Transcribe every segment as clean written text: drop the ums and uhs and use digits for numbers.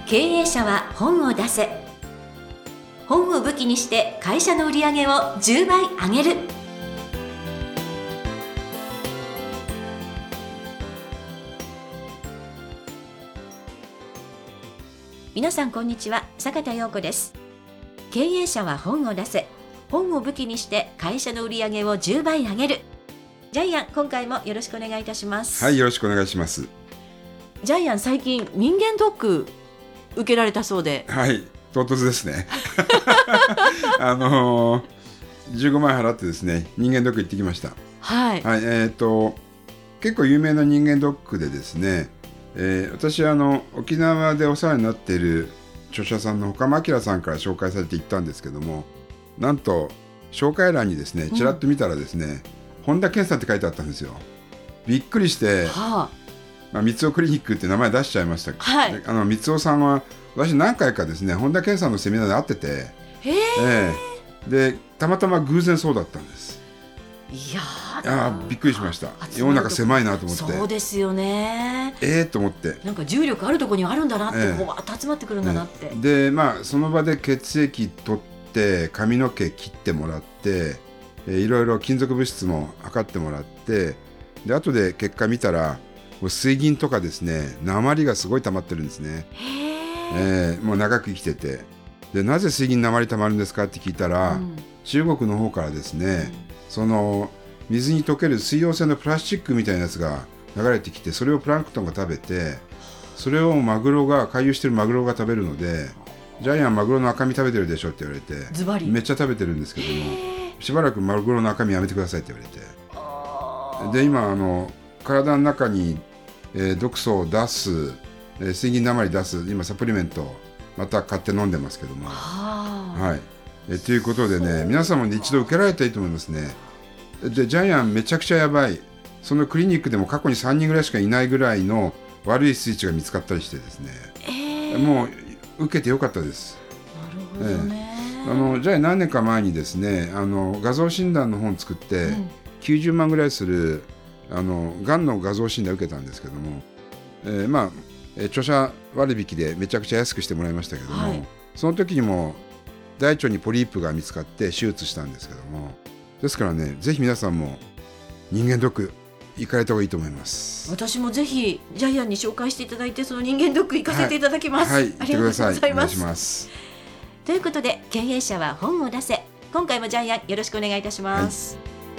経営者は本を出せ。本を武器にして会社の売り上げを10倍上げる。皆さんこんにちは、坂田陽子です。経営者は本を出せ。本を武器にして会社の売り上げを10倍上げる。ジャイアン、今回もよろしくお願いいたします。 はい、よろしくお願いします。 ジャイアン、最近人間ドック受けられたそうで。 はい、唐突ですね15万払ってですね、人間ドック行ってきました。 はい、 はい、結構有名な人間ドックでですね、私沖縄でお世話になっている著者さんの岡間明さんから紹介されて行ったんですけども、なんと紹介欄にですね、ちらっと見たらですね、本田健さんって書いてあったんですよ。びっくりして、三尾クリニックって名前出しちゃいました。 はい、 三尾さんは私何回かですね、本田健さんのセミナーで会ってて、でたまたま偶然そうだったんです。 いやびっくりしました。世の中狭いなと思って。 そうですよね。 と思って、 なんか重力あるところにあるんだなって、こうわーっと集まってくるんだなって、 でその場で血液取って髪の毛切ってもらって、いろいろ金属物質も測ってもらって、で後で結果見たらもう水銀とかですね、鉛がすごい溜まってるんですね。もう長く生きてて、でなぜ水銀鉛溜まるんですかって聞いたら、中国の方からですね、その水に溶ける水溶性のプラスチックみたいなやつが流れてきて、それをプランクトンが食べて、それを回遊してるマグロが食べるので、ジャイアンマグロの赤身食べてるでしょって言われて、 ズバリめっちゃ食べてるんですけども、しばらくマグロの赤身やめてくださいって言われて、で今体の中に、毒素を出す、水銀鉛出す今サプリメントまた買って飲んでますけども、ということでね、皆さんも、一度受けられたらいいと思いますね。でジャイアンめちゃくちゃやばい、そのクリニックでも過去に3人ぐらいしかいないぐらいの悪い数値が見つかったりしてですね、もう受けてよかったです。 なるほどね。 ジャイアン何年か前にですね、画像診断の本作って、90万ぐらいするがんの画像診断受けたんですけども、著者割引でめちゃくちゃ安くしてもらいましたけども、その時にも大腸にポリープが見つかって手術したんですけども、ですからね、ぜひ皆さんも人間ドック行かれた方がいいと思います。 私もぜひジャイアンに紹介していただいて、その人間ドック行かせていただきます。 ありがとうございます。 お願いします。ということで、経営者は本を出せ。今回もジャイアンよろしくお願いいたします。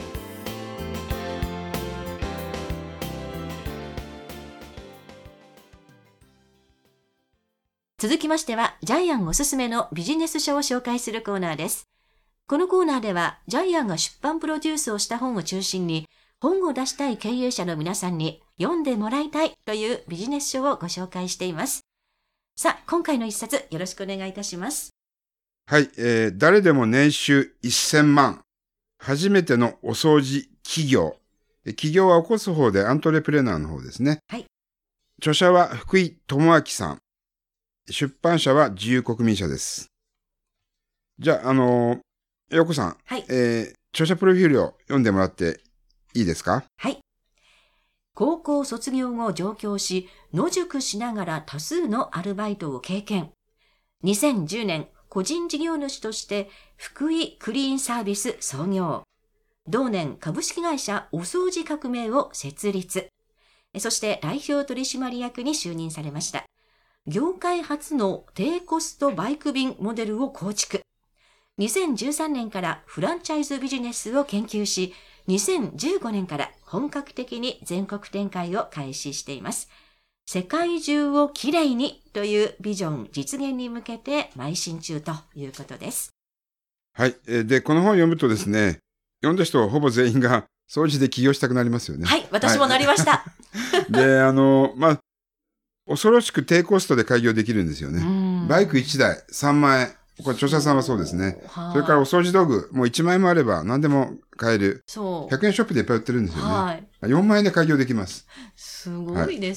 続きましては、ジャイアンおすすめのビジネス書を紹介するコーナーです。このコーナーでは、ジャイアンが出版プロデュースをした本を中心に、本を出したい経営者の皆さんに読んでもらいたいというビジネス書をご紹介しています。さあ、今回の一冊よろしくお願いいたします。 はい、誰でも年収1000万。初めてのお掃除企業。企業は起こす方でアントレプレナーの方ですね。著者は福井智明さん。出版社は自由国民社です。じゃあ、陽子さん、著者プロフィールを読んでもらっていいですか？ はい。高校卒業後上京し、野宿しながら多数のアルバイトを経験。2010年、個人事業主として福井クリーンサービス創業。同年、株式会社お掃除革命を設立。そして代表取締役に就任されました。業界初の低コストバイク便モデルを構築。2013年からフランチャイズビジネスを研究し、2015年から本格的に全国展開を開始しています。世界中をきれいにというビジョン実現に向けて邁進中ということです。 はい。で、この本を読むとですね、読んだ人はほぼ全員が掃除で起業したくなりますよね。 はい、私もなりました。 で、恐ろしく低コストで開業できるんですよね。バイク1台3万円。これ著者さんはそうですね。それからお掃除道具、もう1万円もあれば何でも買える。100円ショップでいっぱい売ってるんですよね。4万円で開業できます。 すごいです。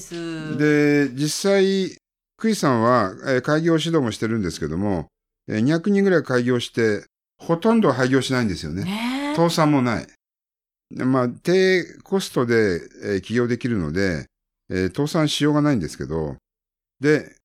で、実際、福井さんは開業指導もしてるんですけども、200人ぐらい開業して、ほとんど廃業しないんですよね。倒産もない。低コストで起業できるので、倒産しようがないんですけど、で、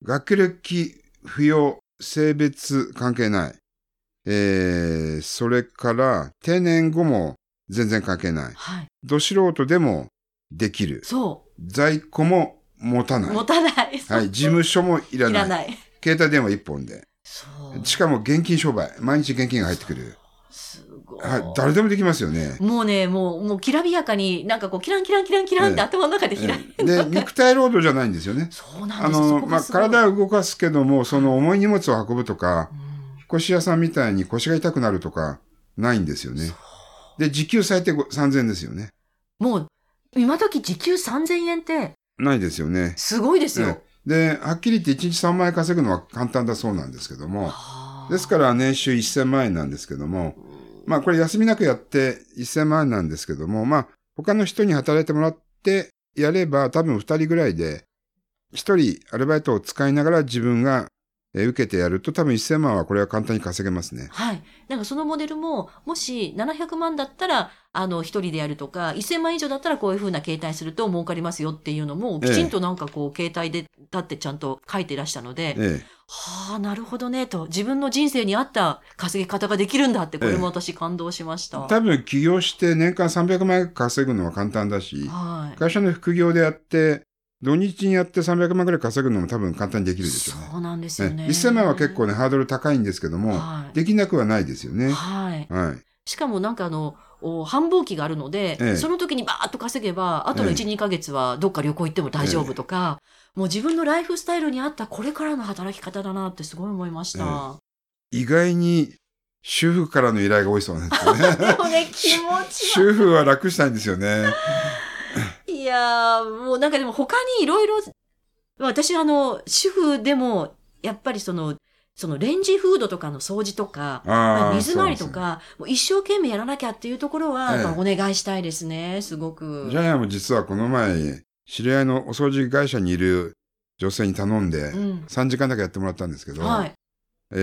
学歴、扶養、性別関係ない。それから定年後も全然関係ない。 はい。 ど素人でもできる。 そ在庫も持たう。 ない。 持たない。 はい。事務所もいらない。 いらない。 携帯電話一本で。 そう。 しかも現金商売。毎日現金が入ってくる。 すごい。 はい。誰でもできますよね。 もうね、もうきらびやかに、なんかこう、キランキランキランキランって頭の中で開いで、肉体労働じゃないんですよね。 そうなんです。そこがすごい。 体を動かすけども、その重い荷物を運ぶとか、 うん、 引っ越し屋さんみたいに腰が痛くなるとか、ないんですよね。で、時給最低3000円ですよね。 もう、今時時給3000円って、 ないですよね。 すごいですよ。 で、はっきり言って1日3万円稼ぐのは簡単だそうなんですけども、ですから年収1000万円なんですけども、まあこれ休みなくやって1000万円なんですけども、まあ他の人に働いてもらってやれば多分2人ぐらいで、1人アルバイトを使いながら自分が受けてやると多分1000万はこれは簡単に稼げますね。 はい。なんかそのモデルも、もし700万だったら、一人でやるとか、1000万以上だったらこういう風な携帯すると儲かりますよっていうのも、きちんとなんかこう、携帯で立ってちゃんと書いてらしたので、はあ、なるほどね、と。自分の人生に合った稼ぎ方ができるんだって、これも私感動しました。 多分起業して年間300万円稼ぐのは簡単だし、 はい、 会社の副業でやって、土日にやって300万くらい稼ぐのも多分簡単にできるでしょうね。 そうなんですよね。 1000万は結構ね、ハードル高いんですけども、はい、できなくはないですよね。 はい。 はい。 しかもなんか繁忙期があるので、その時にバーッと稼げば、あとの1、2ヶ月はどっか旅行行っても大丈夫とか、もう自分のライフスタイルに合ったこれからの働き方だなってすごい思いました。 意外に主婦からの依頼が多いそうなんですよね。 でもね、気持ち主婦は楽したいんですよね。 いやー、もうなんかでも他にいろいろ、私主婦でも、やっぱりそのレンジフードとかの掃除とか、水回りとか、もう一生懸命やらなきゃっていうところは、お願いしたいですね、すごく。 ジャイアンも実はこの前、知り合いのお掃除会社にいる女性に頼んで、3時間だけやってもらったんですけど、はい、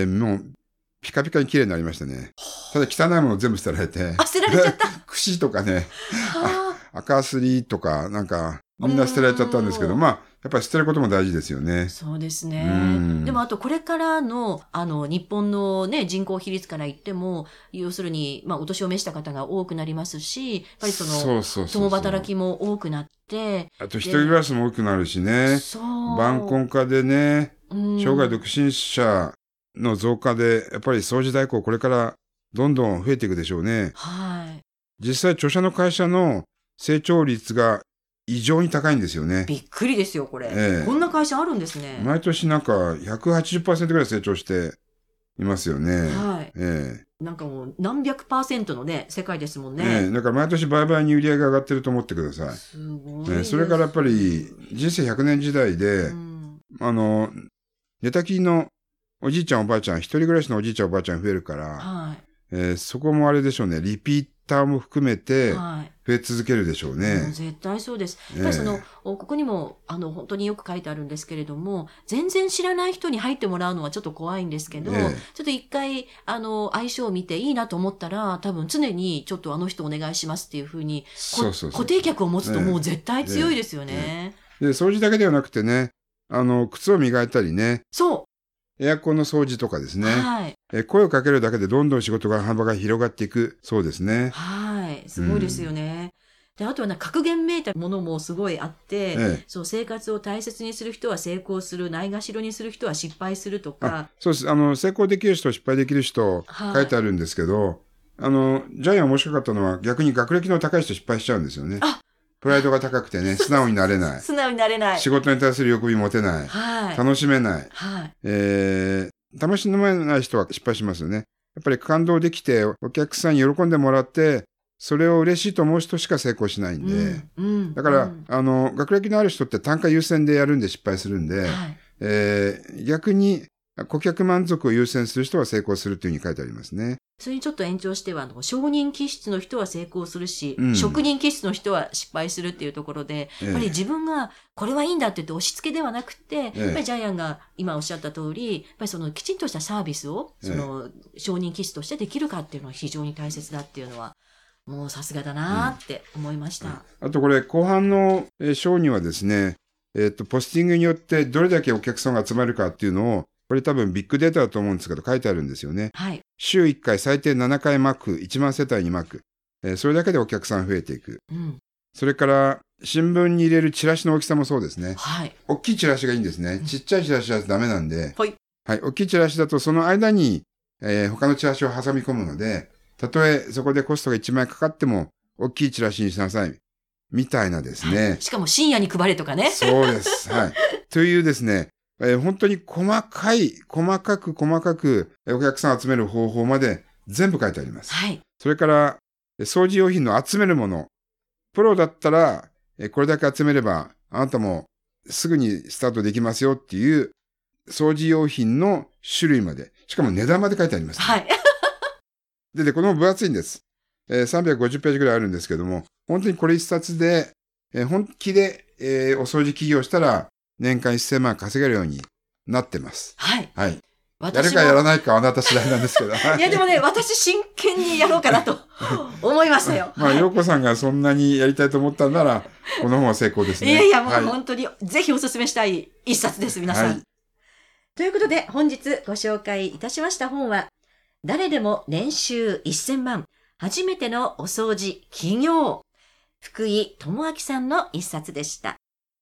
もう、ピカピカに綺麗になりましたね。ただ汚いもの全部捨てられて。 捨てられちゃった。 串とかね、赤すりとか、なんか、みんな捨てられちゃったんですけど、まあ、やっぱり捨てることも大事ですよね。 そうですね。でもあとこれからの、日本のね、人口比率から言っても、要するに、まあ、お年を召した方が多くなりますし、やっぱり共働きも多くなって、 あと一人暮らしも多くなるしね。晩婚化でね、生涯独身者の増加で、やっぱり掃除代行これからどんどん増えていくでしょうね。 はい。 実際著者の会社の成長率が異常に高いんですよね。 びっくりですよ、これ。こんな会社あるんですね。 毎年なんか 180% ぐらい成長していますよね。 はい。なんかもう何百%のね、世界ですもんね。 だから毎年倍々に売り上げが上がってると思ってください。 すごいです。 それからやっぱり人生100年時代で、寝たきりのおじいちゃんおばあちゃん、一人暮らしのおじいちゃんおばあちゃん増えるから、はい、そこもあれでしょうね、リピーターも含めて増え続けるでしょうね。 絶対そうです。やっぱりここにも本当によく書いてあるんですけれども、全然知らない人に入ってもらうのはちょっと怖いんですけど、ちょっと一回相性を見ていいなと思ったら、多分常にちょっとあの人お願いしますっていうふうに固定客を持つともう絶対強いですよね。 で掃除だけではなくてね、靴を磨いたりね。 そう。 エアコンの掃除とかですね。 はい。 声をかけるだけでどんどん仕事が幅が広がっていくそうですね。 はい。すごいですよね。で、あとは格言めいたものもすごいあって、そう、生活を大切にする人は成功する、ないがしろにする人は失敗するとか。 そうです。成功できる人、失敗できる人、書いてあるんですけど、ジャイアン面白かったのは逆に学歴の高い人失敗しちゃうんですよね。プライドが高くてね、素直になれない。 素直になれない。 仕事に対する欲望持てない。 はい。 楽しめない。 はい。 楽しめない人は失敗しますよね。やっぱり感動できて、お客さんに喜んでもらって、それを嬉しいと思う人しか成功しないんで。だから、学歴のある人って単価優先でやるんで失敗するんで、逆に顧客満足を優先する人は成功するというふうに書いてありますね。 それにちょっと延長しては、商人気質の人は成功するし、職人気質の人は失敗するっていうところで、やっぱり自分がこれはいいんだって言って押し付けではなくて、やっぱりジャイアンが今おっしゃった通り、やっぱりきちんとしたサービスを、商人気質としてできるかっていうのは非常に大切だっていうのは、もうさすがだなって思いました。 あとこれ、後半の章にはですね、 ポスティングによってどれだけお客さんが集まるかっていうのを、これ多分ビッグデータだと思うんですけど書いてあるんですよね。 はい。 週1回最低7回まく、1万世帯にまく。それだけでお客さん増えていく。 うん。 それから新聞に入れるチラシの大きさもそうですね。 はい。 大きいチラシがいいんですね。ちっちゃいチラシだとダメなんで。 はい。 はい。大きいチラシだとその間に、他のチラシを挟み込むので、たとえそこでコストが1万円かかっても、大きいチラシにしなさい。みたいなですね。 はい、しかも深夜に配れとかね。 そうです。はい。というですね、本当に細かくお客さんを集める方法まで全部書いてあります。 はい。 それから、掃除用品の集めるもの。プロだったら、これだけ集めれば、あなたもすぐにスタートできますよっていう、掃除用品の種類まで、しかも値段まで書いてあります、ね。 はい。 で、この分厚いんです。350ページぐらいあるんですけども、本当にこれ一冊で、本気で、お掃除起業したら、年間1000万稼げるようになってます。 はい。 はい。やるかやらないかあなた次第なんですけど。 いやでもね、私真剣にやろうかなと思いましたよ。 まあ、陽子さんがそんなにやりたいと思ったんなら、この本は成功ですね。 いやいや、もう本当に、ぜひお勧めしたい一冊です、皆さん。はい、ということで、本日ご紹介いたしました本は、誰でも年収1000万、初めてのお掃除起業、福井智明さんの一冊でした。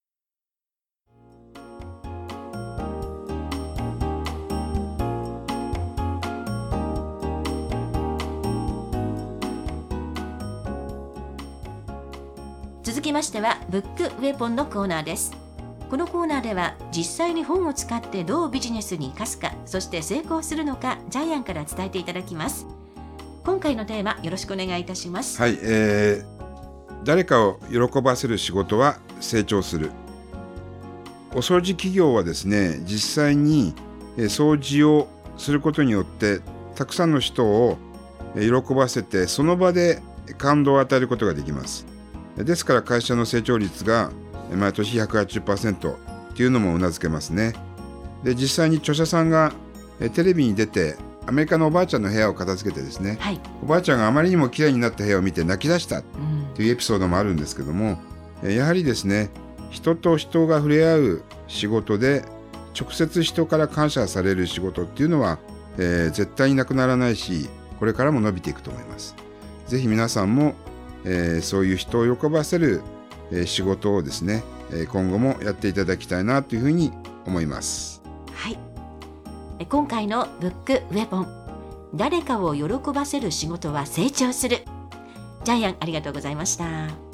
続きましてはブックウェポンのコーナーです。このコーナーでは実際に本を使ってどうビジネスに生かすか、そして成功するのか、ジャイアンから伝えていただきます。今回のテーマよろしくお願いいたします。 はい、誰かを喜ばせる仕事は成長する。お掃除企業はですね、実際に掃除をすることによってたくさんの人を喜ばせて、その場で感動を与えることができます。ですから会社の成長率が毎年 180% っていうのもうなずけますね。で、実際に著者さんがテレビに出てアメリカのおばあちゃんの部屋を片付けてですね、はい、おばあちゃんがあまりにも綺麗になった部屋を見て泣き出したというエピソードもあるんですけども、やはりですね、人と人が触れ合う仕事で直接人から感謝される仕事っていうのは、絶対になくならないし、これからも伸びていくと思います。ぜひ皆さんもそういう人を喜ばせる、仕事をですね、今後もやっていただきたいなというふうに思います。 はい。今回のブックウェポン、誰かを喜ばせる仕事は成長する。ジャイアン、ありがとうございました。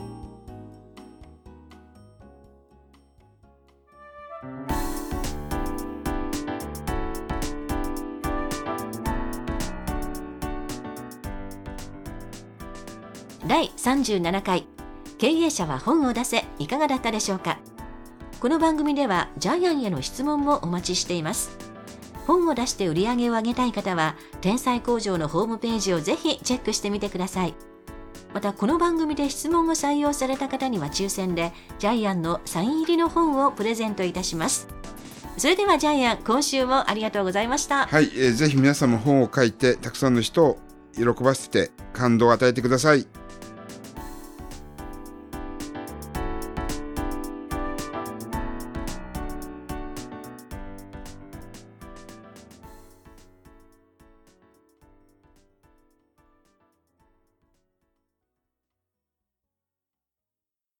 第37回経営者は本を出せ、いかがだったでしょうか。この番組ではジャイアンへの質問もお待ちしています。本を出して売り上げを上げたい方は天才工場のホームページをぜひチェックしてみてください。またこの番組で質問を採用された方には抽選でジャイアンのサイン入りの本をプレゼントいたします。それではジャイアン、今週もありがとうございました。 はい、ぜひ皆さんも本を書いてたくさんの人を喜ばせて感動を与えてください。